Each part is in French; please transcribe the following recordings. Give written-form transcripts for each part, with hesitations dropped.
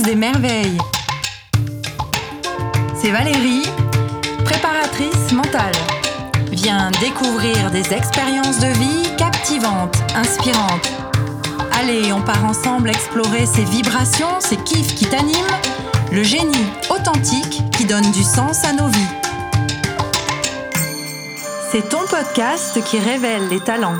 des merveilles. C'est Valérie, préparatrice mentale. Viens découvrir des expériences de vie captivantes, inspirantes. Allez, on part ensemble explorer ces vibrations, ces kiffs qui t'animent, le génie authentique qui donne du sens à nos vies. C'est ton podcast qui révèle les talents.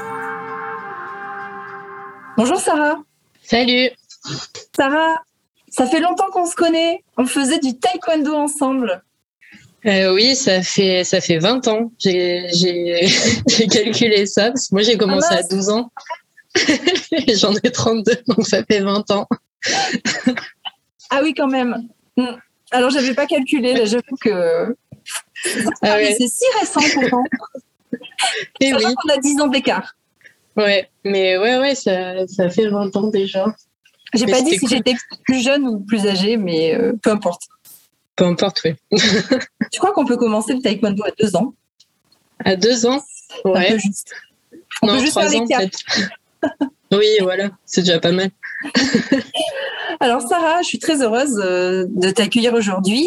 Bonjour Sarah. Salut. Sarah, ça fait longtemps qu'on se connaît. On faisait du taekwondo ensemble. Oui, ça fait 20 ans. J'ai calculé ça parce que moi j'ai commencé à 12 ans. J'en ai 32, donc ça fait 20 ans. Ah oui, quand même. Alors j'avais pas calculé, là j'avoue que mais c'est si récent pourtant. Et oui. On a 10 ans d'écart. Ouais, mais ouais, ça fait 20 ans déjà. J'ai pas dit si j'étais plus jeune ou plus âgée, mais peu importe. Peu importe, oui. Tu crois qu'on peut commencer le taekwondo à 2 ans? À 2 ans? Ouais. Un peu juste. On peut juste 3 faire ans les 4. peut-être. Oui, voilà, c'est déjà pas mal. Alors Sarah, je suis très heureuse de t'accueillir aujourd'hui.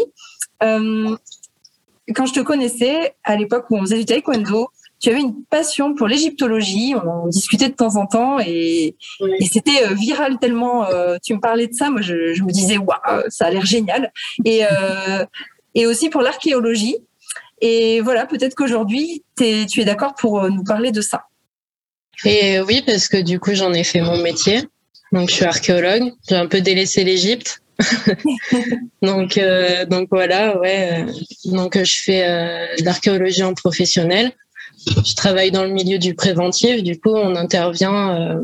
Quand je te connaissais, à l'époque où on faisait du taekwondo, tu avais une passion pour l'égyptologie, on en discutait de temps en temps et c'était viral tellement tu me parlais de ça, moi je me disais waouh, ça a l'air génial. Et aussi pour l'archéologie. Et voilà, peut-être qu'aujourd'hui, tu es d'accord pour nous parler de ça. Et oui, parce que du coup, j'en ai fait mon métier. Donc, je suis archéologue. J'ai un peu délaissé l'Égypte. donc voilà, ouais. Donc, je fais de l'archéologie en professionnel. Je travaille dans le milieu du préventif. Du coup, on intervient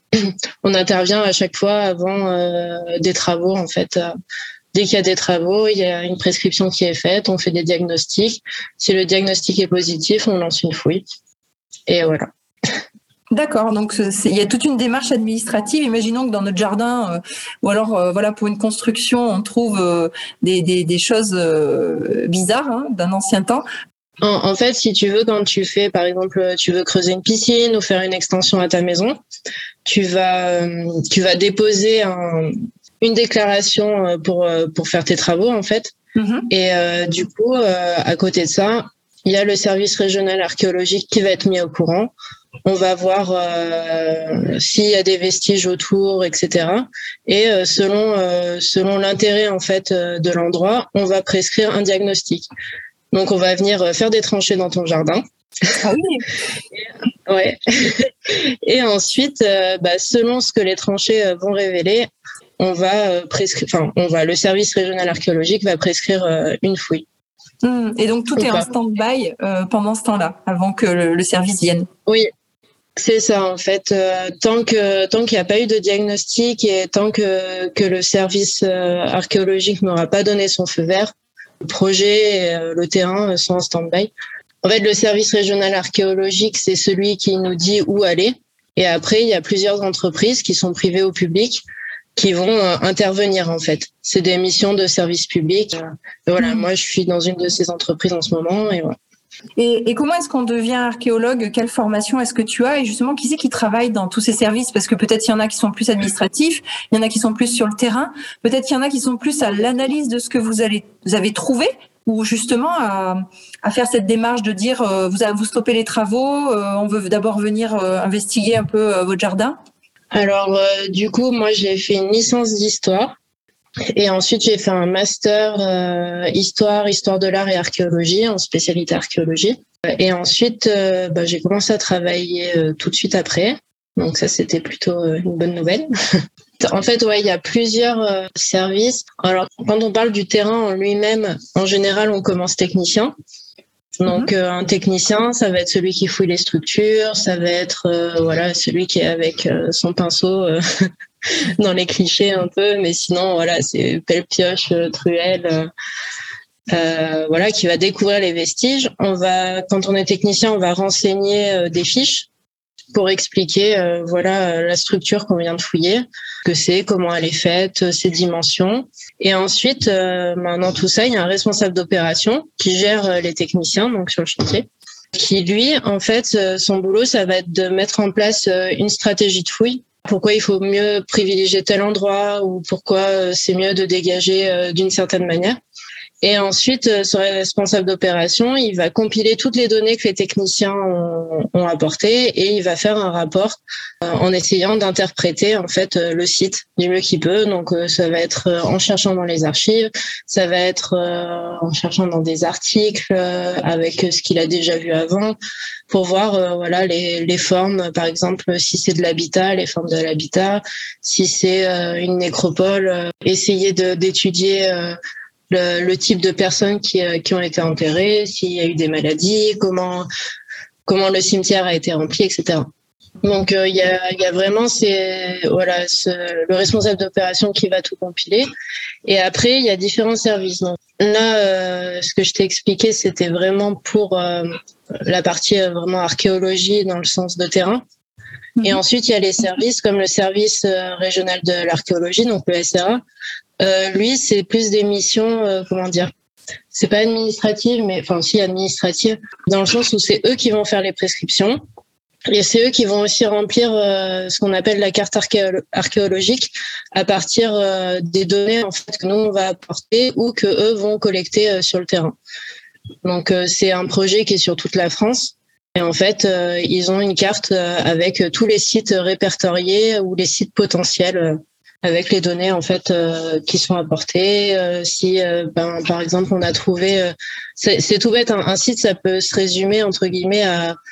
à chaque fois avant des travaux, en fait. Dès qu'il y a des travaux, il y a une prescription qui est faite. On fait des diagnostics. Si le diagnostic est positif, on lance une fouille. Et voilà. D'accord, donc il y a toute une démarche administrative. Imaginons que dans notre jardin, ou alors voilà, pour une construction, on trouve des choses bizarres d'un ancien temps. En fait, si tu veux, quand tu fais, par exemple, tu veux creuser une piscine ou faire une extension à ta maison, tu vas déposer une déclaration pour faire tes travaux, en fait. Mm-hmm. Et du coup, à côté de ça, il y a le service régional archéologique qui va être mis au courant. On va voir s'il y a des vestiges autour, etc. Et selon l'intérêt en fait de l'endroit, on va prescrire un diagnostic. Donc on va venir faire des tranchées dans ton jardin. Ah oui. Ouais. Et ensuite, selon ce que les tranchées vont révéler, on va le service régional archéologique va prescrire une fouille. Et donc tout est en stand-by pendant ce temps-là, avant que le service vienne. Oui. C'est ça, en fait. Tant qu'il n'y a pas eu de diagnostic et tant que le service archéologique n'aura pas donné son feu vert, le projet et le terrain sont en stand-by. En fait, le service régional archéologique, c'est celui qui nous dit où aller. Et après, il y a plusieurs entreprises qui sont privées ou publiques qui vont intervenir, en fait. C'est des missions de service public. Et voilà, moi, je suis dans une de ces entreprises en ce moment. Et voilà. Et comment est-ce qu'on devient archéologue? Quelle formation est-ce que tu as? Et justement, qui c'est qui travaille dans tous ces services? Parce que peut-être il y en a qui sont plus administratifs, il y en a qui sont plus sur le terrain, peut-être il y en a qui sont plus à l'analyse de ce que vous avez trouvé, ou justement à faire cette démarche de dire vous stoppez les travaux, on veut d'abord venir investiguer un peu votre jardin. Alors, du coup, moi, j'ai fait une licence d'histoire. Et ensuite, j'ai fait un master histoire de l'art et archéologie, en spécialité archéologie. Et ensuite, j'ai commencé à travailler tout de suite après. Donc ça, c'était plutôt une bonne nouvelle. En fait, ouais, il y a plusieurs services. Alors, quand on parle du terrain en lui-même, en général, on commence technicien. Donc, un technicien, ça va être celui qui fouille les structures, ça va être celui qui est avec son pinceau dans les clichés un peu, mais sinon, voilà, c'est pelle, pioche, truelle, qui va découvrir les vestiges. Quand on est technicien, on va renseigner des fiches pour expliquer la structure qu'on vient de fouiller, que c'est, comment elle est faite, ses dimensions. Et ensuite, dans tout ça, il y a un responsable d'opération qui gère les techniciens donc sur le chantier, qui lui, en fait, son boulot, ça va être de mettre en place une stratégie de fouille pourquoi il faut mieux privilégier tel endroit ou pourquoi c'est mieux de dégager d'une certaine manière. Et ensuite, ce responsable d'opération, il va compiler toutes les données que les techniciens ont apportées et il va faire un rapport en essayant d'interpréter en fait le site du mieux qu'il peut. Donc ça va être en cherchant dans les archives, ça va être en cherchant dans des articles avec ce qu'il a déjà vu avant pour voir voilà les formes, par exemple si c'est de l'habitat, les formes de l'habitat, si c'est une nécropole, essayer d'étudier le type de personnes qui ont été enterrées, s'il y a eu des maladies, comment le cimetière a été rempli, etc. Donc il y a vraiment le responsable d'opération qui va tout compiler. Et après il y a différents services. Donc là, ce que je t'ai expliqué, c'était vraiment pour la partie vraiment archéologie dans le sens de terrain. Et ensuite il y a les services comme le service régional de l'archéologie, donc le SRA. Lui, c'est plus des missions, c'est pas administrative, mais enfin si administrative, dans le sens où c'est eux qui vont faire les prescriptions et c'est eux qui vont aussi remplir ce qu'on appelle la carte archéologique à partir des données en fait que nous on va apporter ou que eux vont collecter sur le terrain. Donc c'est un projet qui est sur toute la France. Et en fait, ils ont une carte avec tous les sites répertoriés ou les sites potentiels avec les données en fait qui sont apportées. Si par exemple on a trouvé, c'est tout bête, un site ça peut se résumer entre guillemets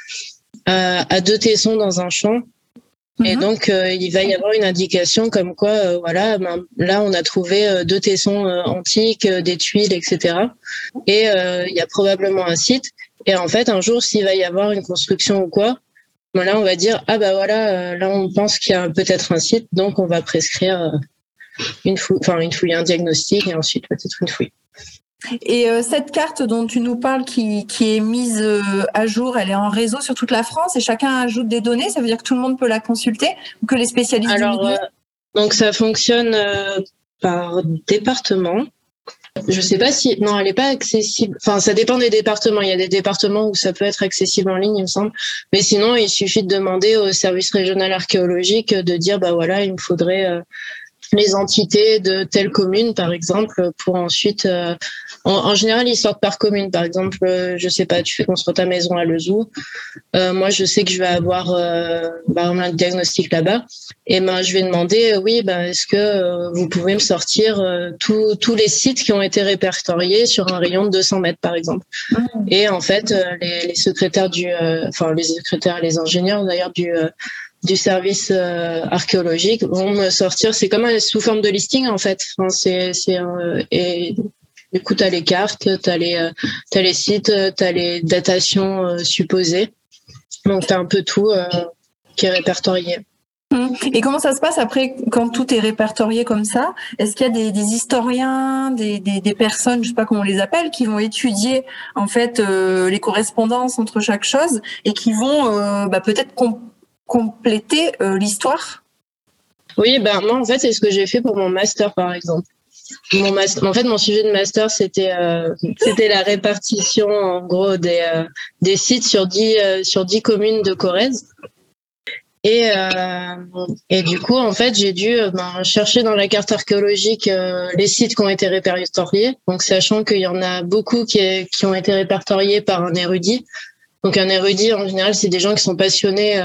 à 2 tessons dans un champ. Et donc il va y avoir une indication comme quoi voilà, là on a trouvé 2 tessons antiques, des tuiles, etc. Et il y a probablement un site. Et en fait un jour s'il va y avoir une construction ou quoi, là on va dire ah bah voilà, là on pense qu'il y a peut-être un site, donc on va prescrire une fouille, un diagnostic et ensuite peut-être une fouille. Et cette carte dont tu nous parles qui est mise à jour, elle est en réseau sur toute la France et chacun ajoute des données, ça veut dire que tout le monde peut la consulter ou que les spécialistes du milieu? Donc ça fonctionne par département. Je sais pas si non, elle est pas accessible. Enfin, ça dépend des départements. Il y a des départements où ça peut être accessible en ligne, il me semble. Mais sinon, il suffit de demander au service régional archéologique de dire bah voilà, il me faudrait les entités de telle commune, par exemple, pour ensuite. En général, ils sortent par commune. Par exemple, je sais pas, tu fais construire ta maison à Lezoux. Moi, je sais que je vais avoir un diagnostic là-bas. Et je vais demander, oui, est-ce que vous pouvez me sortir tous les sites qui ont été répertoriés sur un rayon de 200 mètres, par exemple. Et en fait, les secrétaires les ingénieurs d'ailleurs du service archéologique vont me sortir. C'est comme sous forme de listing en fait. Et du coup, t'as les cartes, t'as les sites, t'as les datations supposées. Donc t'as un peu tout qui est répertorié. Et comment ça se passe après quand tout est répertorié comme ça? Est-ce qu'il y a des historiens, des personnes, je sais pas comment on les appelle, qui vont étudier en fait les correspondances entre chaque chose et qui vont peut-être compléter l'histoire? Oui, moi en fait c'est ce que j'ai fait pour mon master par exemple. En fait, mon sujet de master, c'était la répartition, en gros, des sites sur 10 communes de Corrèze. Et du coup, en fait, j'ai dû chercher dans la carte archéologique les sites qui ont été répertoriés. Donc, sachant qu'il y en a beaucoup qui ont été répertoriés par un érudit. Donc, un érudit, en général, c'est des gens qui sont passionnés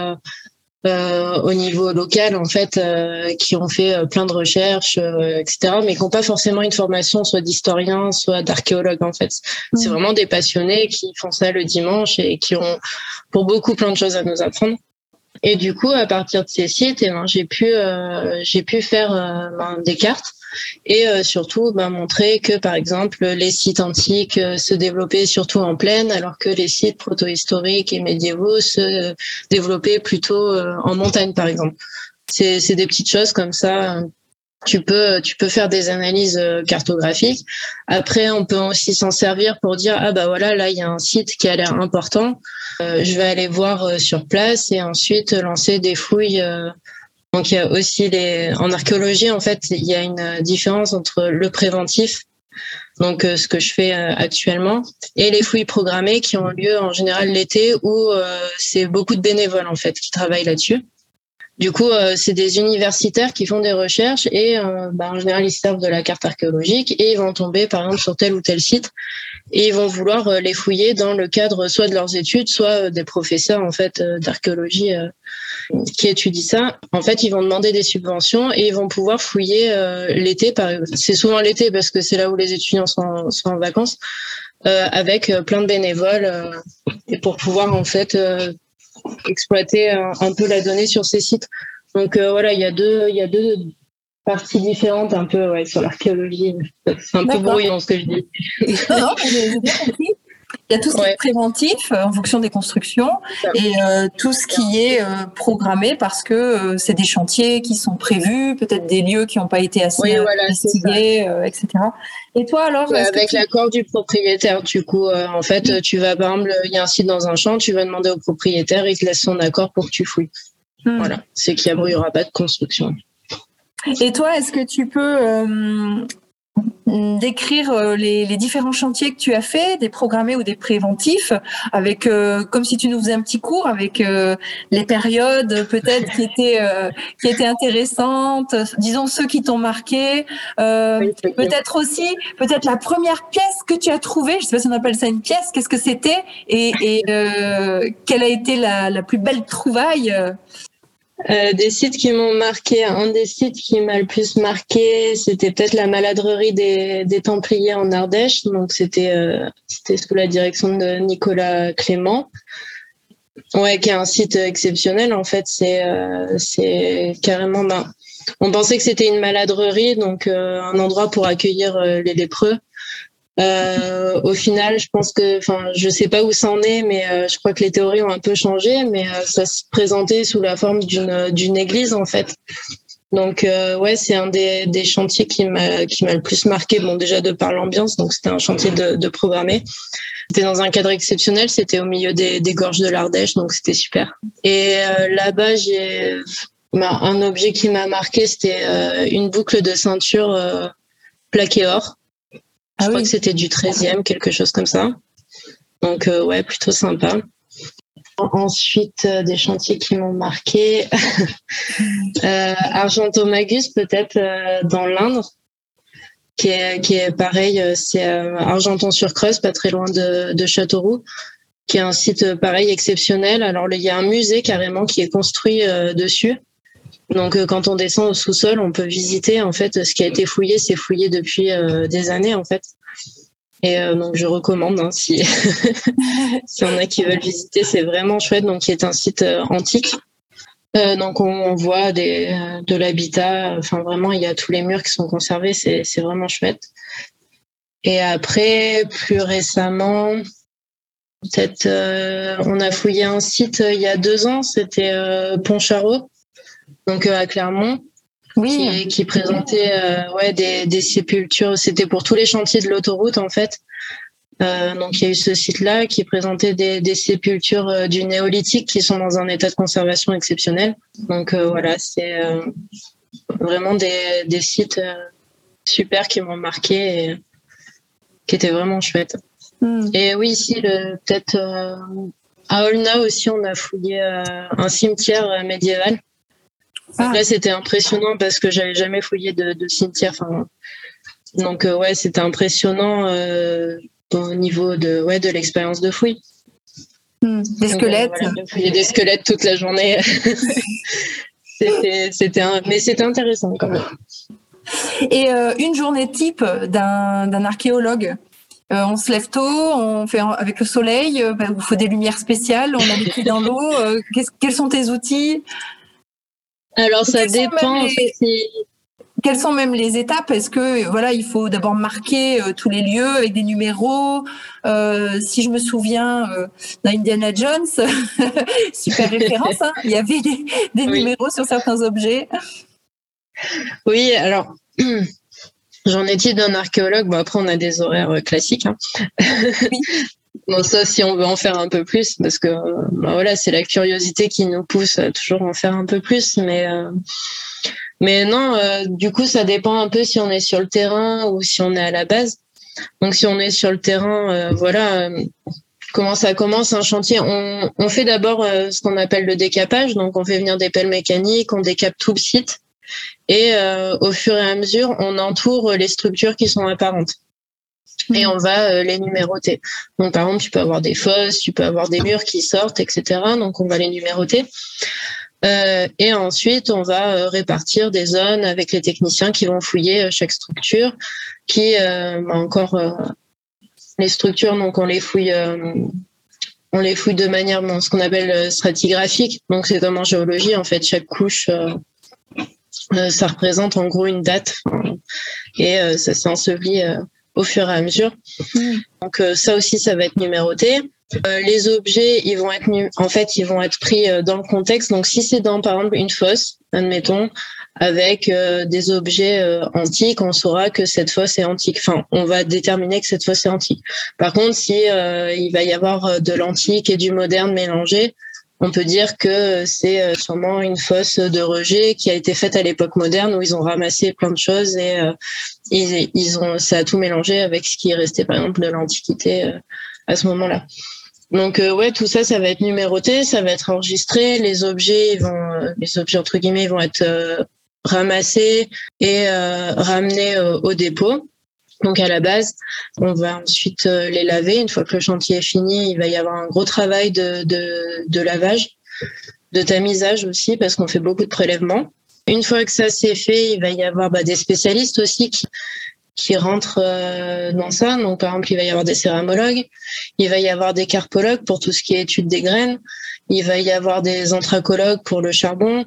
au niveau local en fait qui ont fait plein de recherches etc mais qui n'ont pas forcément une formation soit d'historien soit d'archéologue en fait. C'est vraiment des passionnés qui font ça le dimanche et qui ont pour beaucoup plein de choses à nous apprendre. Et du coup à partir de ces sites j'ai pu faire des cartes et surtout montrer que par exemple les sites antiques se développaient surtout en plaine alors que les sites protohistoriques et médiévaux se développaient plutôt en montagne par exemple. C'est des petites choses comme ça. Tu peux faire des analyses cartographiques. Après, on peut aussi s'en servir pour dire voilà, là il y a un site qui a l'air important. Je vais aller voir sur place et ensuite lancer des fouilles. Donc il y a aussi en archéologie en fait il y a une différence entre le préventif, donc ce que je fais actuellement, et les fouilles programmées qui ont lieu en général l'été où c'est beaucoup de bénévoles en fait qui travaillent là-dessus. Du coup, c'est des universitaires qui font des recherches et en général, ils servent de la carte archéologique et ils vont tomber, par exemple, sur tel ou tel site et ils vont vouloir les fouiller dans le cadre soit de leurs études, soit des professeurs en fait d'archéologie qui étudient ça. En fait, ils vont demander des subventions et ils vont pouvoir fouiller l'été. C'est souvent l'été parce que c'est là où les étudiants sont en vacances, avec plein de bénévoles et pour pouvoir en fait exploiter un peu la donnée sur ces sites. Donc voilà, il y a deux parties différentes un peu sur l'archéologie. C'est un peu brouillon ce que je dis. Non, j'ai bien compris. Il y a tout ce qui est préventif en fonction des constructions et tout ce qui est programmé parce que c'est des chantiers qui sont prévus, peut-être des lieux qui n'ont pas été assez investigés, etc. Et toi alors avec l'accord du propriétaire, du coup, en fait, tu vas par exemple, il y a un site dans un champ, tu vas demander au propriétaire, il te laisse son accord pour que tu fouilles. Voilà, c'est qu'il n'y aura pas de construction. Et toi, est-ce que tu peux décrire les différents chantiers que tu as fait, des programmés ou des préventifs, avec comme si tu nous faisais un petit cours avec les périodes peut-être qui étaient intéressantes, disons ceux qui t'ont marqué, peut-être la première pièce que tu as trouvée, je sais pas si on appelle ça une pièce, qu'est-ce que c'était et quelle a été la plus belle trouvaille des sites qui m'ont marqué, un des sites qui m'a le plus marqué, c'était peut-être la maladrerie des Templiers en Ardèche. Donc c'était sous la direction de Nicolas Clément. Ouais, qui est un site exceptionnel en fait. C'est carrément. On pensait que c'était une maladrerie, donc un endroit pour accueillir les lépreux. Au final, je pense que, je sais pas où ça en est, mais je crois que les théories ont un peu changé, mais ça se présentait sous la forme d'une église en fait. Donc c'est un des chantiers qui m'a le plus marqué. Bon, déjà de par l'ambiance, donc c'était un chantier de programmé. C'était dans un cadre exceptionnel, c'était au milieu des gorges de l'Ardèche, donc c'était super. Et là-bas, j'ai un objet qui m'a marqué, c'était une boucle de ceinture plaquée or. Je crois que c'était du 13e, quelque chose comme ça. Donc, plutôt sympa. Ensuite, des chantiers qui m'ont marqué. Argentomagus, peut-être, dans l'Indre, qui est pareil. C'est Argenton-sur-Creuse, pas très loin de Châteauroux, qui est un site, pareil, exceptionnel. Alors, il y a un musée, carrément, qui est construit dessus. Donc, quand on descend au sous-sol, on peut visiter en fait ce qui a été fouillé. C'est fouillé depuis des années en fait. Et donc, je recommande si s'il y en a qui veulent visiter, c'est vraiment chouette. Donc, qui est un site antique. Donc, on voit de l'habitat. Enfin, vraiment, il y a tous les murs qui sont conservés. C'est vraiment chouette. Et après, plus récemment, peut-être, on a fouillé un site il y a 2 ans. C'était Pontcharot. Donc à Clermont, qui présentait des sépultures. C'était pour tous les chantiers de l'autoroute en fait. Donc il y a eu ce site-là qui présentait des sépultures du néolithique qui sont dans un état de conservation exceptionnel. Donc voilà, c'est vraiment des sites super qui m'ont marqué et qui étaient vraiment chouettes. Et oui, ici peut-être à Aulnat aussi, on a fouillé un cimetière médiéval. Là, c'était impressionnant parce que j'avais jamais fouillé de cimetière. Donc, c'était impressionnant au niveau de l'expérience de fouille. Des squelettes. Voilà, fouiller des squelettes toute la journée. Mais c'était intéressant quand même. Et une journée type d'un archéologue. On se lève tôt, on fait avec le soleil, il faut des lumières spéciales, on a les pieds dans l'eau. Quels sont tes outils ? Alors ça dépend. Quelles sont même les étapes ? Est-ce que il faut d'abord marquer tous les lieux avec des numéros ? Si je me souviens dans Indiana Jones, super référence, hein, il y avait des numéros sur certains objets. Oui, alors j'en ai dit d'un archéologue. Bon, après on a des horaires classiques. Hein. Oui. Bon, ça, si on veut en faire un peu plus, parce que c'est la curiosité qui nous pousse à toujours en faire un peu plus. Mais non, du coup, ça dépend un peu si on est sur le terrain ou si on est à la base. Donc, si on est sur le terrain, Comment ça commence un chantier? On fait d'abord ce qu'on appelle le décapage, donc on fait venir des pelles mécaniques, on décape tout le site et au fur et à mesure, on entoure les structures qui sont apparentes. Et on va les numéroter. Donc par exemple, tu peux avoir des fosses, tu peux avoir des murs qui sortent, etc. Donc on va les numéroter. Et ensuite, on va répartir des zones avec les techniciens qui vont fouiller chaque structure, qui encore les structures, donc on les fouille de manière ce qu'on appelle stratigraphique. Donc c'est comme en géologie, en fait, chaque couche ça représente en gros une date et ça s'est enseveli au fur et à mesure. Donc ça aussi, ça va être numéroté. Les objets, ils vont être pris dans le contexte. Donc si c'est dans par exemple une fosse, admettons, avec des objets antiques, on saura que cette fosse est antique. Enfin, on va déterminer que cette fosse est antique. Par contre, si il va y avoir de l'antique et du moderne mélangé, on peut dire que c'est sûrement une fosse de rejet qui a été faite à l'époque moderne où ils ont ramassé plein de choses et ça a tout mélangé avec ce qui est resté par exemple de l'Antiquité à ce moment-là. Donc tout ça va être numéroté, ça va être enregistré, les objets entre guillemets, ils vont être ramassés et ramenés au dépôt. Donc à la base, on va ensuite les laver. Une fois que le chantier est fini, il va y avoir un gros travail de lavage, de tamisage aussi, parce qu'on fait beaucoup de prélèvements. Une fois que ça c'est fait, il va y avoir des spécialistes aussi qui rentrent dans ça. Donc par exemple, il va y avoir des céramologues, il va y avoir des carpologues pour tout ce qui est étude des graines, il va y avoir des anthracologues pour le charbon,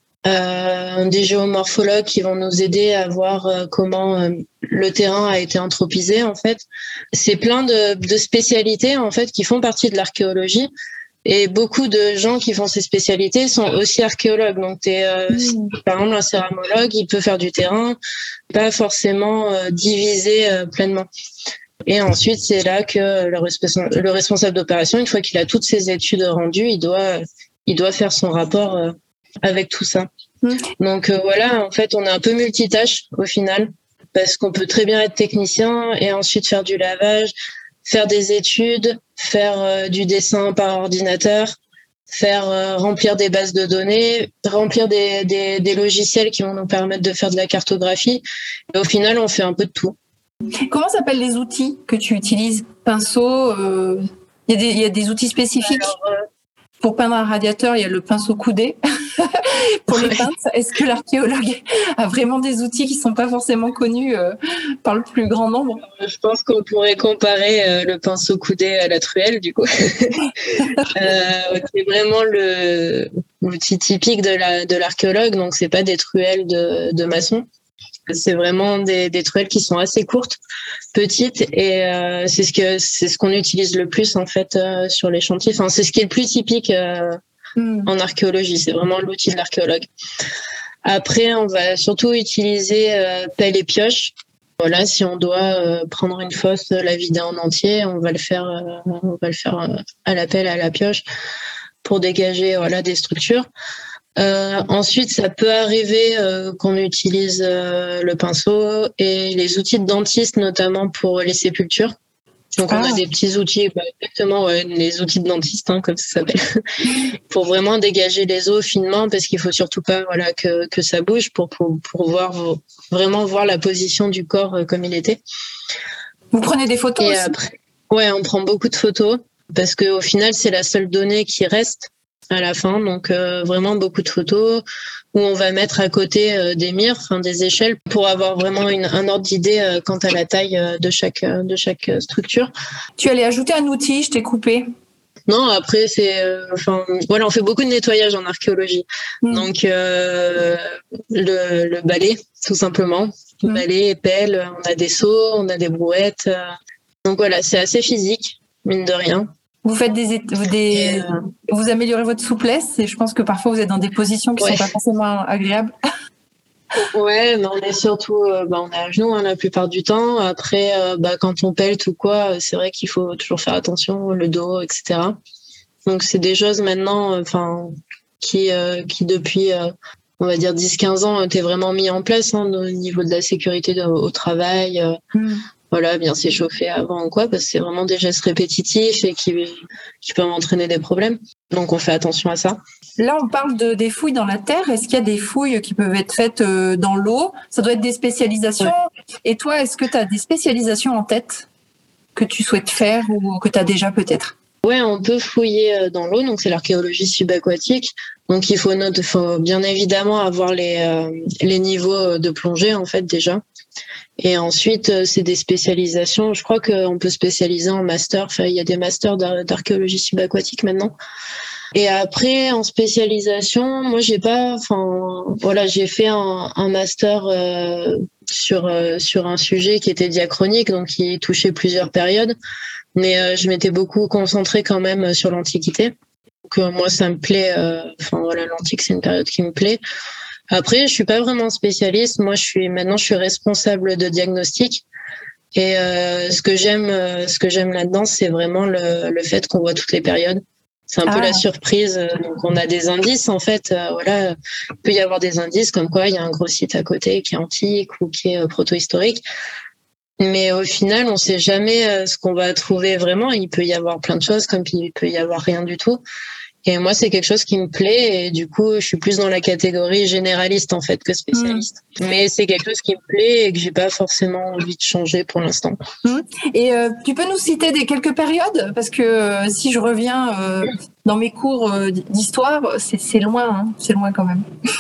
des géomorphologues qui vont nous aider à voir comment le terrain a été anthropisé en fait. C'est plein de spécialités en fait qui font partie de l'archéologie. Et beaucoup de gens qui font ces spécialités sont aussi archéologues. Donc, par exemple, un céramologue, il peut faire du terrain, pas forcément divisé pleinement. Et ensuite, c'est là que le responsable d'opération, une fois qu'il a toutes ses études rendues, il doit faire son rapport avec tout ça. Donc voilà, en fait, on est un peu multitâche au final, parce qu'on peut très bien être technicien et ensuite faire du lavage, faire des études, faire du dessin par ordinateur, faire remplir des bases de données, remplir des logiciels qui vont nous permettre de faire de la cartographie. Et au final, on fait un peu de tout. Comment s'appellent les outils que tu utilises? Pinceau, il y a des outils spécifiques. Pour peindre un radiateur, il y a le pinceau coudé. Pour les peintres, est-ce que l'archéologue a vraiment des outils qui ne sont pas forcément connus par le plus grand nombre? Je pense qu'on pourrait comparer le pinceau coudé à la truelle, du coup. C'est vraiment l'outil typique de l'archéologue, donc c'est pas des truelles de maçon. C'est vraiment des truelles qui sont assez courtes, petites, et c'est ce qu'on utilise le plus en fait sur les chantiers. Enfin, c'est ce qui est le plus typique en archéologie. C'est vraiment l'outil de l'archéologue. Après, on va surtout utiliser pelle et pioche. Voilà, si on doit prendre une fosse, la vider en entier, on va le faire à la pelle, à la pioche, pour dégager des structures. Ensuite, ça peut arriver qu'on utilise le pinceau et les outils de dentiste, notamment pour les sépultures. Donc, on a des petits outils, exactement, les outils de dentiste, comme ça s'appelle, pour vraiment dégager les os finement, parce qu'il faut surtout pas que ça bouge pour vraiment voir la position du corps comme il était. Vous prenez des photos aussi? Après, on prend beaucoup de photos, parce qu'au final, c'est la seule donnée qui reste à la fin, donc vraiment beaucoup de photos où on va mettre à côté des mires, des échelles, pour avoir vraiment un ordre d'idée quant à la taille de chaque structure. Tu allais ajouter un outil, je t'ai coupé. Non, après on fait beaucoup de nettoyage en archéologie. Donc le balai, tout simplement, balai, pelle, on a des seaux, on a des brouettes. Donc voilà, c'est assez physique, mine de rien. Vous faites vous améliorez votre souplesse, et je pense que parfois vous êtes dans des positions qui sont pas forcément agréables. Ouais, mais on est surtout, on est à genoux la plupart du temps. Après, quand on pèle ou quoi, c'est vrai qu'il faut toujours faire attention, le dos, etc. Donc c'est des choses maintenant, qui depuis, on va dire 10-15 ans, étaient vraiment mis en place au niveau de la sécurité au travail. voilà, bien s'échauffer avant ou quoi, parce que c'est vraiment des gestes répétitifs et qui peuvent entraîner des problèmes. Donc on fait attention à ça. Là, on parle des fouilles dans la terre. Est-ce qu'il y a des fouilles qui peuvent être faites dans l'eau? Ça doit être des spécialisations. Ouais. Et toi, est-ce que tu as des spécialisations en tête que tu souhaites faire ou que tu as déjà peut-être? Ouais, on peut fouiller dans l'eau, donc c'est l'archéologie subaquatique. Donc il faut bien évidemment avoir les niveaux de plongée en fait déjà. Et ensuite, c'est des spécialisations. Je crois qu'on peut spécialiser en master. Enfin, il y a des masters d'archéologie subaquatique maintenant. Et après, en spécialisation, moi, j'ai fait un master sur un sujet qui était diachronique, donc qui touchait plusieurs périodes. Mais je m'étais beaucoup concentrée quand même sur l'Antiquité. Donc moi, ça me plaît. L'Antique, c'est une période qui me plaît. Après, je suis pas vraiment spécialiste. Moi, je suis responsable de diagnostic. Et ce que j'aime là-dedans, c'est vraiment le fait qu'on voit toutes les périodes. C'est un peu la surprise. Donc, on a des indices, en fait. Il peut y avoir des indices comme quoi il y a un gros site à côté qui est antique ou qui est proto-historique. Mais au final, on sait jamais ce qu'on va trouver vraiment. Il peut y avoir plein de choses, comme il peut y avoir rien du tout. Et moi, c'est quelque chose qui me plaît. Et du coup, je suis plus dans la catégorie généraliste, en fait, que spécialiste. Mais c'est quelque chose qui me plaît et que j'ai pas forcément envie de changer pour l'instant. Et tu peux nous citer quelques périodes? Parce que si je reviens dans mes cours d'histoire, c'est loin, hein. C'est loin quand même.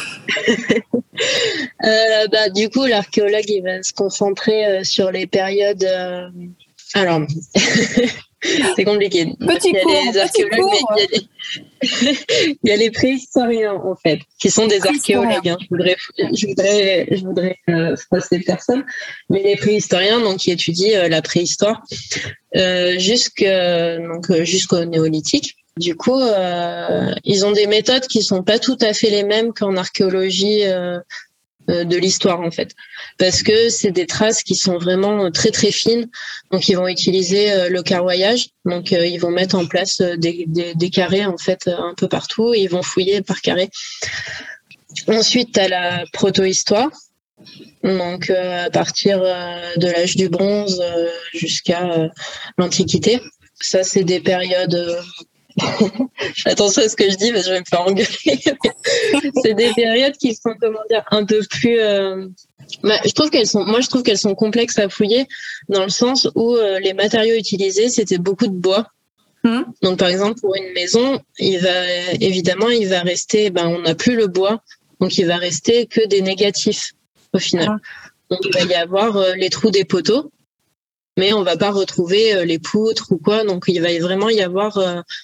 Du coup, l'archéologue, il va se concentrer sur les périodes... Alors... C'est compliqué. Petit cours. Il y a les préhistoriens, en fait, qui sont des archéologues. Hein. Je voudrais froisser personne. Mais les préhistoriens, donc, qui étudient la préhistoire jusqu'au néolithique. Du coup, ils ont des méthodes qui sont pas tout à fait les mêmes qu'en archéologie de l'histoire, en fait, parce que c'est des traces qui sont vraiment très très fines. Donc ils vont utiliser le carroyage, donc ils vont mettre en place des carrés en fait un peu partout et ils vont fouiller par carré. Ensuite t'as la proto-histoire, donc à partir de l'âge du bronze jusqu'à l'Antiquité. Ça c'est des périodes je fais attention à ce que je dis parce que je vais me faire engueuler. C'est des périodes qui sont, un peu plus... je trouve qu'elles sont complexes à fouiller dans le sens où les matériaux utilisés, c'était beaucoup de bois. Donc, par exemple, pour une maison, il va rester... on n'a plus le bois, donc il va rester que des négatifs au final. Donc, il va y avoir les trous des poteaux, mais on va pas retrouver les poutres ou quoi. Donc il va vraiment y avoir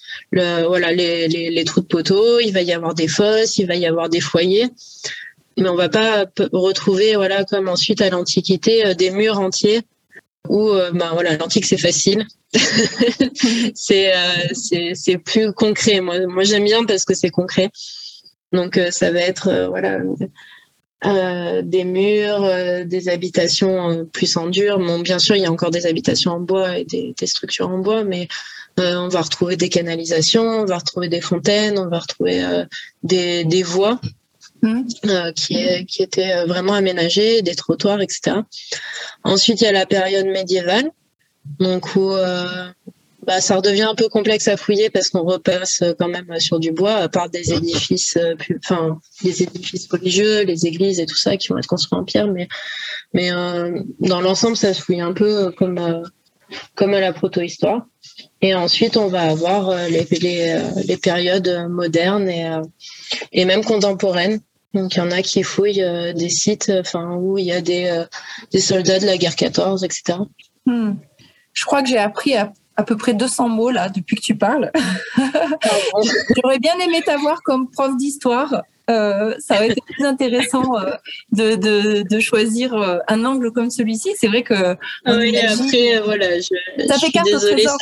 les trous de poteaux, il va y avoir des fosses, il va y avoir des foyers, mais on va pas retrouver comme ensuite à l'Antiquité des murs entiers où l'antique c'est facile. c'est plus concret. Moi j'aime bien parce que c'est concret. Donc ça va être des murs, des habitations plus en dur. Bon, bien sûr, il y a encore des habitations en bois et des structures en bois, mais on va retrouver des canalisations, on va retrouver des fontaines, on va retrouver des voies qui étaient vraiment aménagées, des trottoirs, etc. Ensuite, il y a la période médiévale, donc où ça redevient un peu complexe à fouiller parce qu'on repasse quand même sur du bois, à part des édifices, des édifices religieux, les églises et tout ça qui vont être construits en pierre, mais dans l'ensemble, ça se fouille un peu comme à la proto-histoire. Et ensuite, on va avoir les périodes modernes et même contemporaines. Donc, il y en a qui fouillent des sites, où il y a des soldats de la guerre 14, etc. Je crois que j'ai appris à peu près 200 mots là depuis que tu parles. J'aurais bien aimé t'avoir comme prof d'histoire. Ça aurait été plus intéressant de choisir un angle comme celui-ci. C'est vrai que ça fait carte au trésor.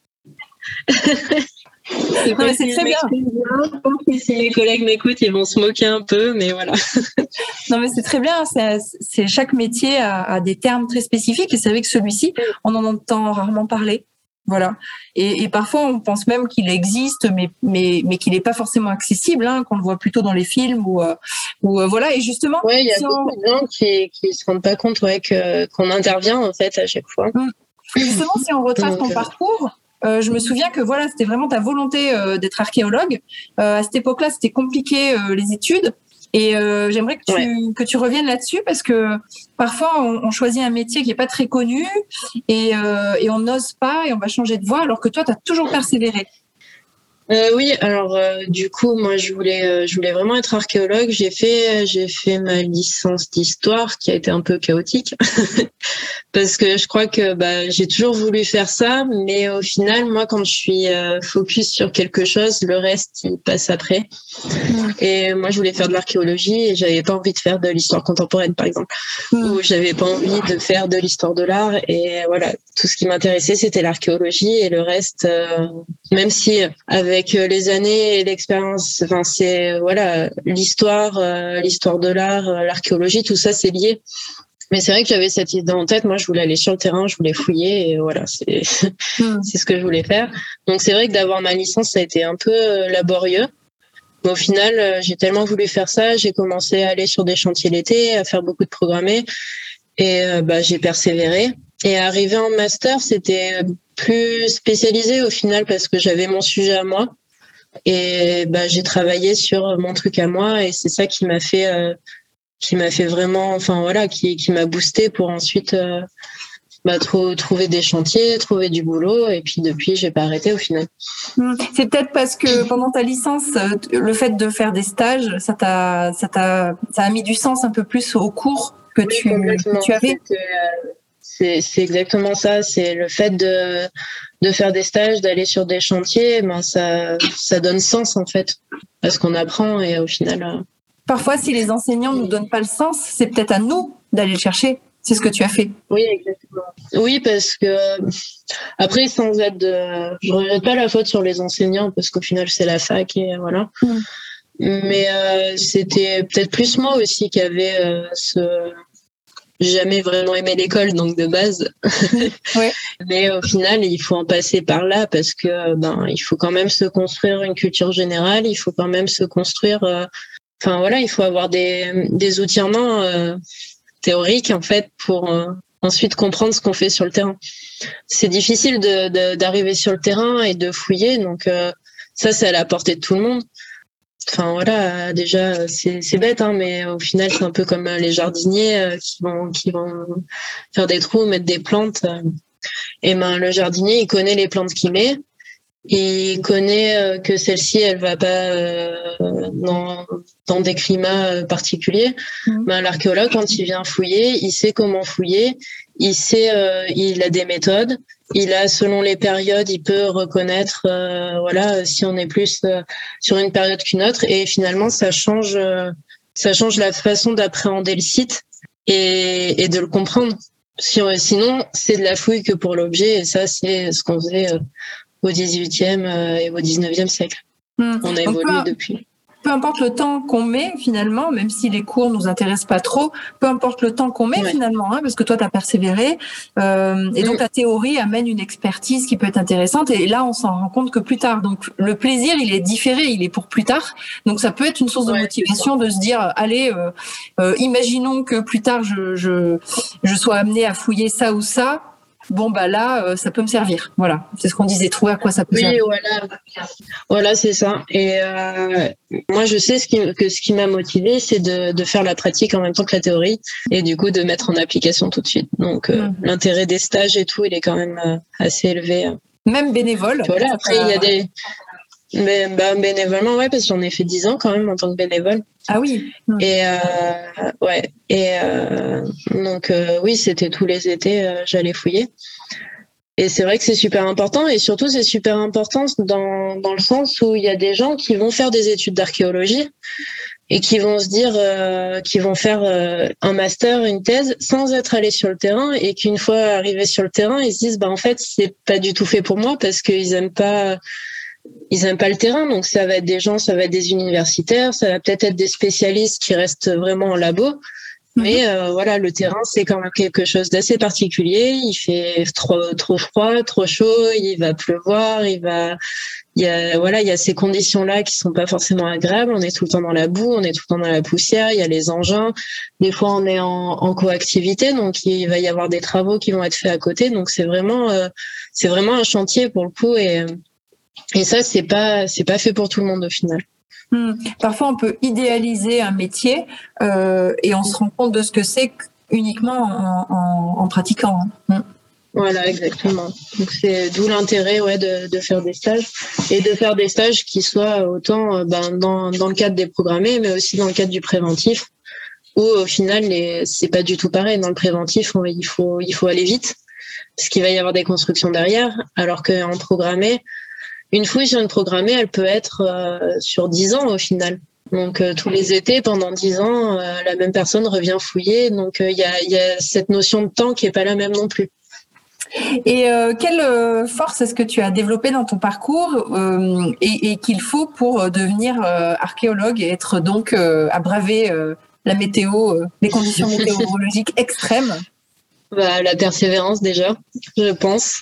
Non, mais c'est très bien. Si mes collègues m'écoutent, ils vont se moquer un peu, mais voilà. Non, mais c'est très bien. Chaque métier a des termes très spécifiques et c'est vrai que celui-ci, on en entend rarement parler. Voilà. Et parfois, on pense même qu'il existe, mais qu'il n'est pas forcément accessible, hein, qu'on le voit plutôt dans les films ou voilà. Et justement, ouais, il y a beaucoup de gens qui se rendent pas compte, ouais, qu'on intervient en fait à chaque fois. Justement, si on retrace ton parcours, je me souviens que voilà, c'était vraiment ta volonté d'être archéologue. À cette époque-là, c'était compliqué les études. Et j'aimerais que tu reviennes là-dessus parce que parfois on choisit un métier qui est pas très connu et on n'ose pas et on va changer de voie alors que toi tu as toujours persévéré. Oui, alors du coup, moi je voulais vraiment être archéologue. J'ai fait ma licence d'histoire qui a été un peu chaotique parce que je crois que j'ai toujours voulu faire ça, mais au final, moi quand je suis focus sur quelque chose, le reste il passe après. Et moi je voulais faire de l'archéologie et j'avais pas envie de faire de l'histoire contemporaine par exemple, ou j'avais pas envie de faire de l'histoire de l'art. Et voilà, tout ce qui m'intéressait c'était l'archéologie et le reste, même si avec les années et l'expérience, enfin c'est voilà l'histoire de l'art, l'archéologie, tout ça c'est lié. Mais c'est vrai que j'avais cette idée en tête. Moi, je voulais aller sur le terrain, je voulais fouiller, et voilà, c'est c'est ce que je voulais faire. Donc c'est vrai que d'avoir ma licence, ça a été un peu laborieux. Mais au final, j'ai tellement voulu faire ça, j'ai commencé à aller sur des chantiers l'été, à faire beaucoup de programmés, et j'ai persévéré. Et arrivé en master, c'était plus spécialisé au final parce que j'avais mon sujet à moi. Et j'ai travaillé sur mon truc à moi, et c'est ça qui m'a fait vraiment, enfin voilà, qui m'a boosté pour ensuite trouver des chantiers, trouver du boulot, et puis depuis j'ai pas arrêté au final. C'est peut-être parce que pendant ta licence, le fait de faire des stages, ça a mis du sens un peu plus au cours que tu avais. C'est exactement ça, c'est le fait de faire des stages, d'aller sur des chantiers, ça donne sens en fait, parce qu'on apprend et au final. Parfois, si les enseignants nous donnent pas le sens, c'est peut-être à nous d'aller le chercher. C'est ce que tu as fait. Oui, exactement. Oui, parce que après, je regrette pas la faute sur les enseignants parce qu'au final, c'est la fac et voilà. Mais c'était peut-être plus moi aussi qui avait J'ai jamais vraiment aimé l'école, donc de base. Ouais. Mais au final, il faut en passer par là parce que il faut quand même se construire une culture générale. Il faut quand même se construire. Enfin voilà, il faut avoir des outils en main théoriques en fait pour ensuite comprendre ce qu'on fait sur le terrain. C'est difficile d'arriver sur le terrain et de fouiller, donc ça c'est à la portée de tout le monde. Enfin voilà, déjà c'est bête, hein, mais au final c'est un peu comme les jardiniers qui vont faire des trous, mettre des plantes. Et le jardinier il connaît les plantes qu'il met, il connaît que celle-ci elle va pas dans des climats particuliers. L'archéologue quand il vient fouiller, il sait comment fouiller, il a des méthodes. Il a, selon les périodes, il peut reconnaître, si on est plus sur une période qu'une autre, et finalement, ça change la façon d'appréhender le site et de le comprendre. Sinon, c'est de la fouille que pour l'objet, et ça, c'est ce qu'on faisait au XVIIIe et au XIXe siècle. On a évolué depuis. Peu importe le temps qu'on met finalement, même si les cours nous intéressent pas trop, peu importe le temps qu'on met finalement, hein, parce que toi tu as persévéré, et donc ta théorie amène une expertise qui peut être intéressante, et là on s'en rend compte que plus tard. Donc le plaisir il est différé, il est pour plus tard. Donc ça peut être une source de motivation de se dire allez, imaginons que plus tard je sois amené à fouiller ça ou ça. Bon là ça peut me servir, voilà, c'est ce qu'on disait, trouver à quoi ça peut servir. Voilà c'est ça. Et moi je sais ce qui m'a motivé, c'est de faire la pratique en même temps que la théorie, et du coup de mettre en application tout de suite. Donc l'intérêt des stages et tout, il est quand même assez élevé, même bénévole. Voilà, après il y a des bénévolement, ouais, parce que j'en ai fait 10 ans quand même en tant que bénévole. Ah oui. Et donc oui, c'était tous les étés, j'allais fouiller. Et c'est vrai que c'est super important, et surtout c'est super important dans le sens où il y a des gens qui vont faire des études d'archéologie et qui vont se dire qu'ils vont faire un master, une thèse sans être allés sur le terrain, et qu'une fois arrivés sur le terrain, ils se disent en fait c'est pas du tout fait pour moi parce qu'ils aiment pas le terrain. Donc ça va être des universitaires, ça va peut-être être des spécialistes qui restent vraiment en labo, Mais voilà, le terrain, c'est quand même quelque chose d'assez particulier. Il fait trop froid, trop chaud, il va pleuvoir, il y a ces conditions-là qui sont pas forcément agréables. On est tout le temps dans la boue, on est tout le temps dans la poussière, il y a les engins. Des fois, on est en coactivité, donc il va y avoir des travaux qui vont être faits à côté. Donc c'est vraiment un chantier pour le coup, et ça, c'est pas fait pour tout le monde au final. Parfois, on peut idéaliser un métier et on se rend compte de ce que c'est uniquement en pratiquant. Voilà, exactement. Donc c'est d'où l'intérêt de faire des stages, et de faire des stages qui soient autant dans le cadre des programmés, mais aussi dans le cadre du préventif, où au final c'est pas du tout pareil. Dans le préventif, il faut aller vite parce qu'il va y avoir des constructions derrière, alors qu'en programmé, une fouille sur une programmée, elle peut être sur 10 ans au final. Donc tous les étés, pendant 10 ans, la même personne revient fouiller. Donc il y a cette notion de temps qui est pas la même non plus. Et quelle force est-ce que tu as développée dans ton parcours et qu'il faut pour devenir archéologue et être donc à braver la météo, les conditions météorologiques extrêmes? La persévérance déjà, je pense.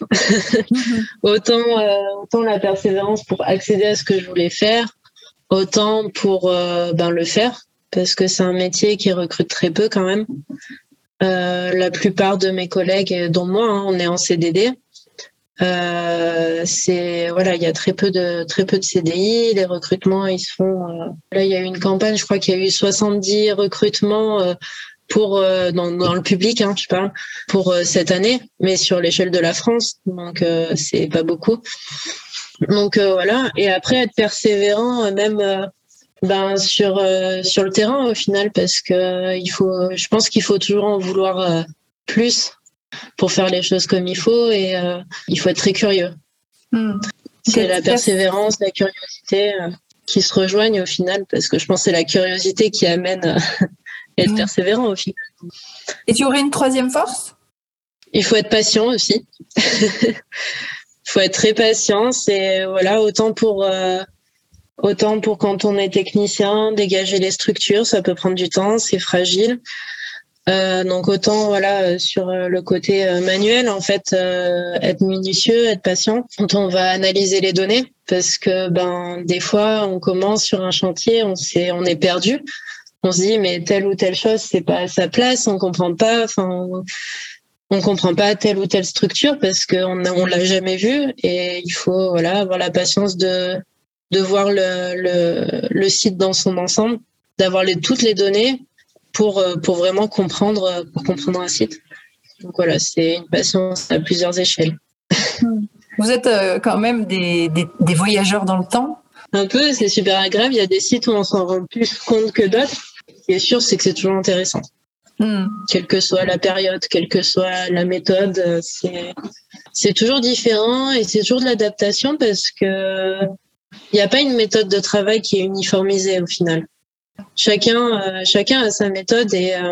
Autant la persévérance pour accéder à ce que je voulais faire, autant pour le faire, parce que c'est un métier qui recrute très peu quand même. La plupart de mes collègues, dont moi, on est en CDD. Il y a très peu de CDI. Les recrutements, ils se font. Là, il y a eu une campagne, je crois qu'il y a eu 70 recrutements pour dans le public, je parle, pour cette année, mais sur l'échelle de la France, donc c'est pas beaucoup. Donc voilà. Et après, être persévérant, même sur le terrain au final, parce que je pense qu'il faut toujours en vouloir plus pour faire les choses comme il faut, et il faut être très curieux. C'est la persévérance, la curiosité qui se rejoignent au final, parce que je pense que c'est la curiosité qui amène être persévérant au final. Et tu aurais une troisième force? Il faut être patient aussi. Il faut être très patient. C'est autant pour quand on est technicien, dégager les structures, ça peut prendre du temps, c'est fragile. Donc autant sur le côté manuel, en fait, être minutieux, être patient quand on va analyser les données, parce que des fois on commence sur un chantier, on est perdu, on se dit mais telle ou telle chose c'est pas à sa place, on comprend pas, on comprend pas telle ou telle structure parce qu'on l'a jamais vue, et il faut avoir la patience de voir le site dans son ensemble, d'avoir toutes les données pour vraiment comprendre un site. Donc voilà, c'est une patience à plusieurs échelles. Vous êtes quand même des voyageurs dans le temps? Un peu, c'est super agréable. Il y a des sites où on s'en rend plus compte que d'autres. Ce qui est sûr, c'est que c'est toujours intéressant. Quelle que soit la période, quelle que soit la méthode, c'est toujours différent, et c'est toujours de l'adaptation, parce que il n'y a pas une méthode de travail qui est uniformisée au final. Chacun a sa méthode,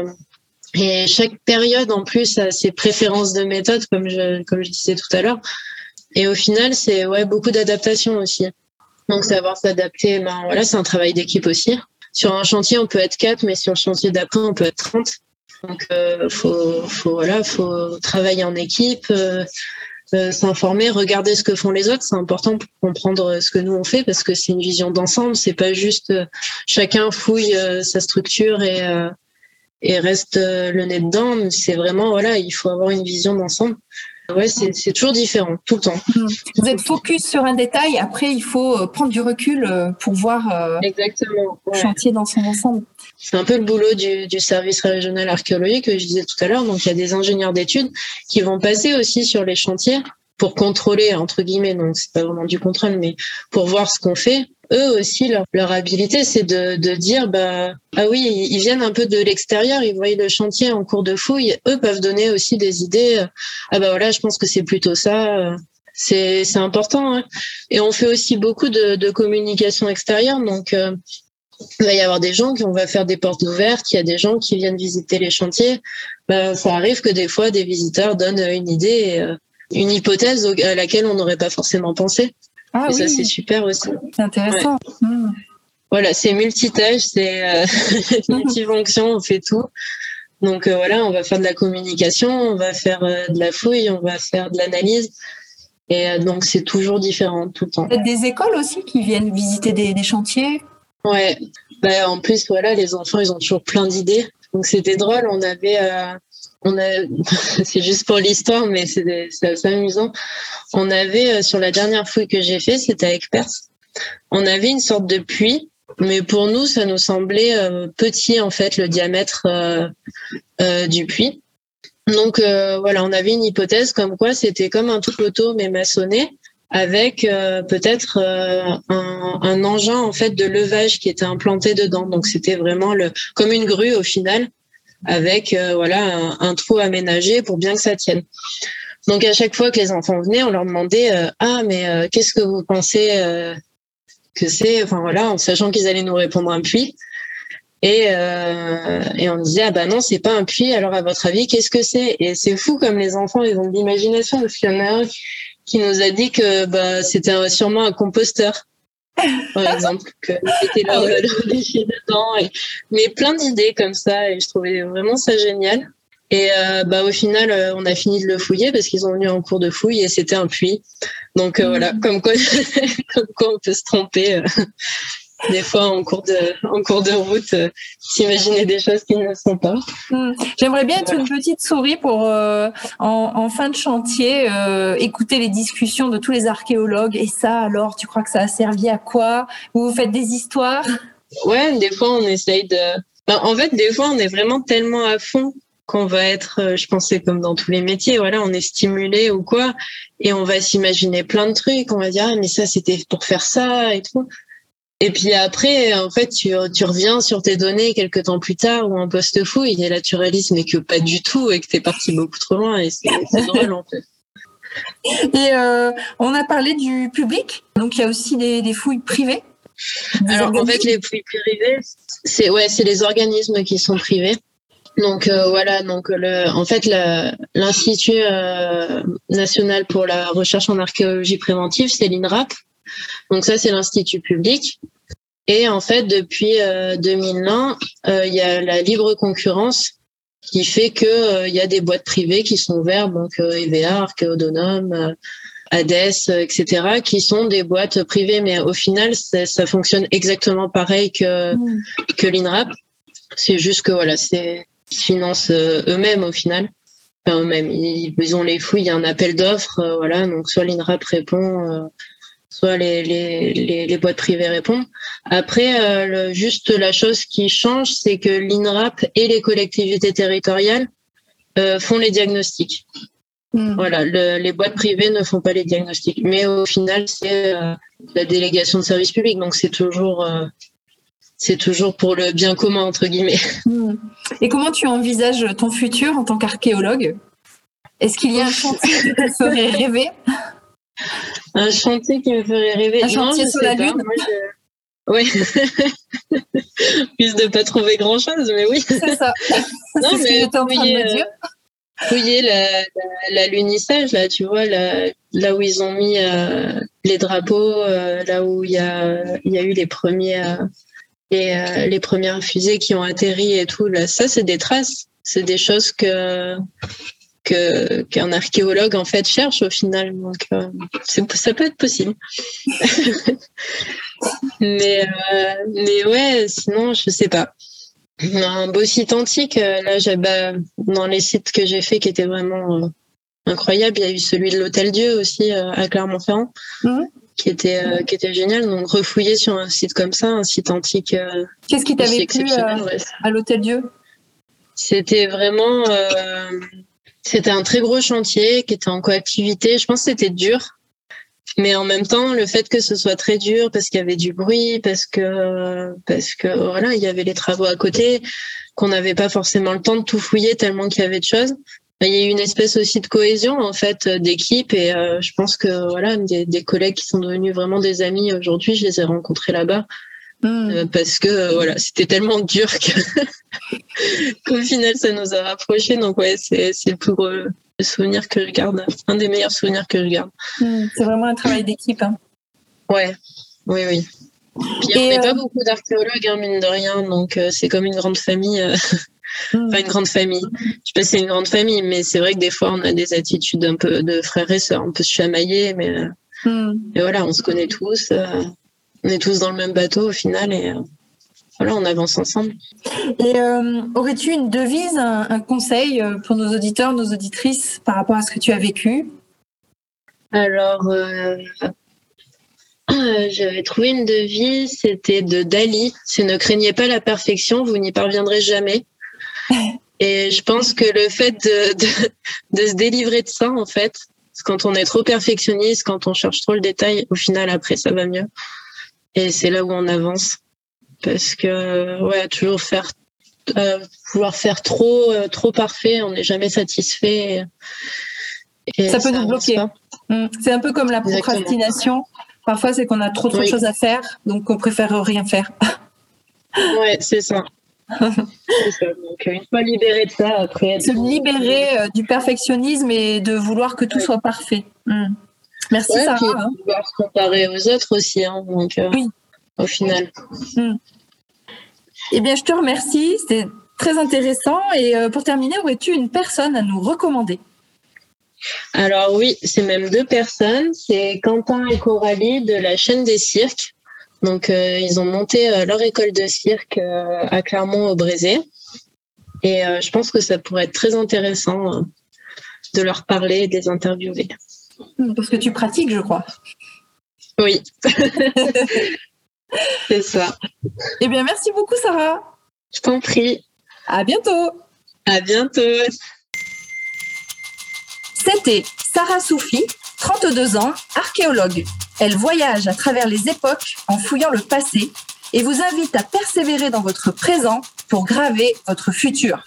et chaque période en plus a ses préférences de méthode, comme je disais tout à l'heure. Et au final, c'est beaucoup d'adaptation aussi. Donc savoir s'adapter, c'est un travail d'équipe aussi. Sur un chantier, on peut être 4, mais sur le chantier d'après, on peut être 30. Donc faut travailler en équipe, s'informer, regarder ce que font les autres. C'est important pour comprendre ce que nous on fait, parce que c'est une vision d'ensemble. C'est pas juste chacun fouille sa structure et reste le nez dedans. C'est vraiment il faut avoir une vision d'ensemble. Ouais, c'est toujours différent, tout le temps. Vous êtes focus sur un détail, après il faut prendre du recul pour voir exactement, le chantier dans son ensemble. C'est un peu le boulot du service régional archéologique que je disais tout à l'heure. Donc il y a des ingénieurs d'études qui vont passer aussi sur les chantiers pour contrôler, entre guillemets, donc c'est pas vraiment du contrôle, mais pour voir ce qu'on fait. Eux aussi, leur habilité, c'est de dire, ah oui, ils viennent un peu de l'extérieur, ils voient le chantier en cours de fouille. Eux peuvent donner aussi des idées. Je pense que c'est plutôt ça. C'est important. Hein. Et on fait aussi beaucoup de communication extérieure. Donc, il va y avoir des gens qui, on va faire des portes ouvertes, il y a des gens qui viennent visiter les chantiers. Ça arrive que des fois, des visiteurs donnent une idée, une hypothèse à laquelle on n'aurait pas forcément pensé. Ah, et oui. Ça, c'est super aussi. C'est intéressant. Ouais. Voilà, c'est multitâche, c'est multifonction, on fait tout. Donc voilà, on va faire de la communication, on va faire de la fouille, on va faire de l'analyse. Et donc c'est toujours différent tout le temps. Peut-être des écoles aussi qui viennent visiter des chantiers. Ouais, en plus voilà, les enfants ils ont toujours plein d'idées. Donc c'était drôle, c'est juste pour l'histoire, mais c'est assez amusant. On avait sur la dernière fouille que j'ai fait, c'était avec Perse. On avait une sorte de puits, mais pour nous ça nous semblait petit en fait le diamètre du puits. Donc voilà, on avait une hypothèse comme quoi c'était comme un tout poteau mais maçonné avec peut-être un engin en fait de levage qui était implanté dedans. Donc c'était vraiment comme une grue au final avec voilà un trou aménagé pour bien que ça tienne. Donc à chaque fois que les enfants venaient, on leur demandait mais qu'est-ce que vous pensez que c'est, enfin voilà, en sachant qu'ils allaient nous répondre un puits. Et on disait bah non, c'est pas un puits, alors à votre avis qu'est-ce que c'est? Et c'est fou comme les enfants ils ont de l'imagination, parce qu'il y en a un qui nous a dit que c'était sûrement un composteur, par exemple, que c'était leur déchet dedans, mais plein d'idées comme ça, et je trouvais vraiment ça génial. Et au final on a fini de le fouiller parce qu'ils ont venu en cours de fouille et c'était un puits. Donc voilà, comme quoi on peut se tromper. Des fois, en cours de route, s'imaginer des choses qui ne le sont pas. J'aimerais bien être une petite souris pour, en fin de chantier, écouter les discussions de tous les archéologues. Et ça, alors, tu crois que ça a servi à quoi? Vous faites des histoires? Ouais, des fois, on essaye de... en fait, des fois, on est vraiment tellement à fond qu'on va être, je pense, c'est comme dans tous les métiers, voilà, on est stimulé ou quoi, et on va s'imaginer plein de trucs. On va dire, mais ça, c'était pour faire ça et tout. Et puis après, en fait, tu reviens sur tes données quelques temps plus tard ou en post-fouille et là, tu réalises mais que pas du tout et que t'es parti beaucoup trop loin et c'est drôle en fait. Et on a parlé du public, donc il y a aussi des fouilles privées. Alors en fait, les fouilles privées, c'est les organismes qui sont privés. Donc voilà, donc en fait l'Institut national pour la recherche en archéologie préventive, c'est l'INRAP. Donc ça, c'est l'institut public. Et en fait, depuis 2001, il y a la libre concurrence qui fait que il y a des boîtes privées qui sont ouvertes, donc EVA, Archéodonome, Hades, etc., qui sont des boîtes privées, mais au final, ça fonctionne exactement pareil que l'INRAP. C'est juste que voilà, ils financent eux-mêmes au final. Enfin, eux-mêmes, ils ont les fouilles, il y a un appel d'offres, voilà, donc soit l'INRAP répond. Soit les boîtes privées répondent. Après, juste la chose qui change, c'est que l'INRAP et les collectivités territoriales font les diagnostics. Voilà, les boîtes privées ne font pas les diagnostics. Mais au final, c'est la délégation de service public, donc c'est toujours pour le bien commun, entre guillemets. Et comment tu envisages ton futur en tant qu'archéologue? Est-ce qu'il y a un chantier qui te ferait rêver? Un chantier qui me ferait rêver. Un chantier sur la Lune. Oui. Plus de pas trouver grand-chose, mais oui. C'est ça. Non, c'est ce que j'étais en train de me dire. Fouiller l'alunissage, là, tu vois, là où ils ont mis les drapeaux, là où il y a eu les premières fusées qui ont atterri et tout. Là, ça, c'est des traces. C'est des choses qu'un archéologue en fait cherche au final, donc ça peut être possible. mais ouais, sinon je sais pas. Un beau site antique, là dans les sites que j'ai fait qui étaient vraiment incroyables, il y a eu celui de l'Hôtel Dieu aussi à Clermont-Ferrand, qui était génial. Donc refouiller sur un site comme ça, un site antique. Qu'est-ce qui t'avait plu à l'Hôtel Dieu? C'était vraiment c'était un très gros chantier qui était en coactivité. Je pense que c'était dur. Mais en même temps, le fait que ce soit très dur parce qu'il y avait du bruit, parce que voilà, il y avait les travaux à côté, qu'on n'avait pas forcément le temps de tout fouiller tellement qu'il y avait de choses. Il y a eu une espèce aussi de cohésion en fait d'équipe et je pense que voilà, des collègues qui sont devenus vraiment des amis aujourd'hui, je les ai rencontrés là-bas. Parce que voilà, c'était tellement dur qu'au final ça nous a rapprochés. Donc ouais, c'est le plus gros souvenir que je garde, un des meilleurs souvenirs que je garde. C'est vraiment un travail d'équipe. Hein. Ouais, oui. Puis on n'est pas beaucoup d'archéologues, hein, mine de rien, donc c'est comme une grande famille. Enfin, une grande famille. Je sais pas si c'est une grande famille, mais c'est vrai que des fois, on a des attitudes un peu de frères et sœurs. On peut se chamailler, mais voilà, on se connaît tous. On est tous dans le même bateau au final et voilà, on avance ensemble. Et aurais-tu une devise, un conseil pour nos auditeurs, nos auditrices par rapport à ce que tu as vécu? Alors, j'avais trouvé une devise, c'était de Dali. C'est ne craignez pas la perfection, vous n'y parviendrez jamais. Et je pense que le fait de se délivrer de ça, en fait, quand on est trop perfectionniste, quand on cherche trop le détail, au final, après, ça va mieux. Et c'est là où on avance. Parce que, ouais, toujours vouloir faire trop parfait, on n'est jamais satisfait. Et ça peut nous bloquer. C'est un peu comme la procrastination. Exactement. Parfois, c'est qu'on a trop de choses à faire, donc on préfère rien faire. Ouais, c'est ça. C'est ça. Donc, une fois libéré de ça, après... Se libérer du perfectionnisme et de vouloir que tout soit parfait. Merci, Sarah. Puis pouvoir se comparer aux autres aussi, hein, donc, oui. Au final. Eh bien, je te remercie. C'était très intéressant. Et pour terminer, aurais-tu une personne à nous recommander? Alors oui, c'est même 2 personnes. C'est Quentin et Coralie de la chaîne des cirques. Donc, ils ont monté leur école de cirque à Clermont au Brésil. Et je pense que ça pourrait être très intéressant de leur parler et de les interviewer. Parce que tu pratiques, je crois. Oui. C'est ça. Eh bien, merci beaucoup, Sarah. Je t'en prie. À bientôt. À bientôt. C'était Sarah Soufi, 32 ans, archéologue. Elle voyage à travers les époques en fouillant le passé et vous invite à persévérer dans votre présent pour graver votre futur.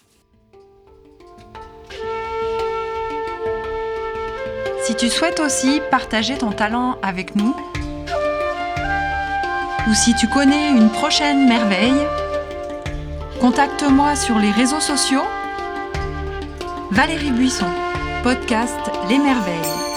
Si tu souhaites aussi partager ton talent avec nous, ou si tu connais une prochaine merveille, contacte-moi sur les réseaux sociaux. Valérie Buisson, podcast Les Merveilles.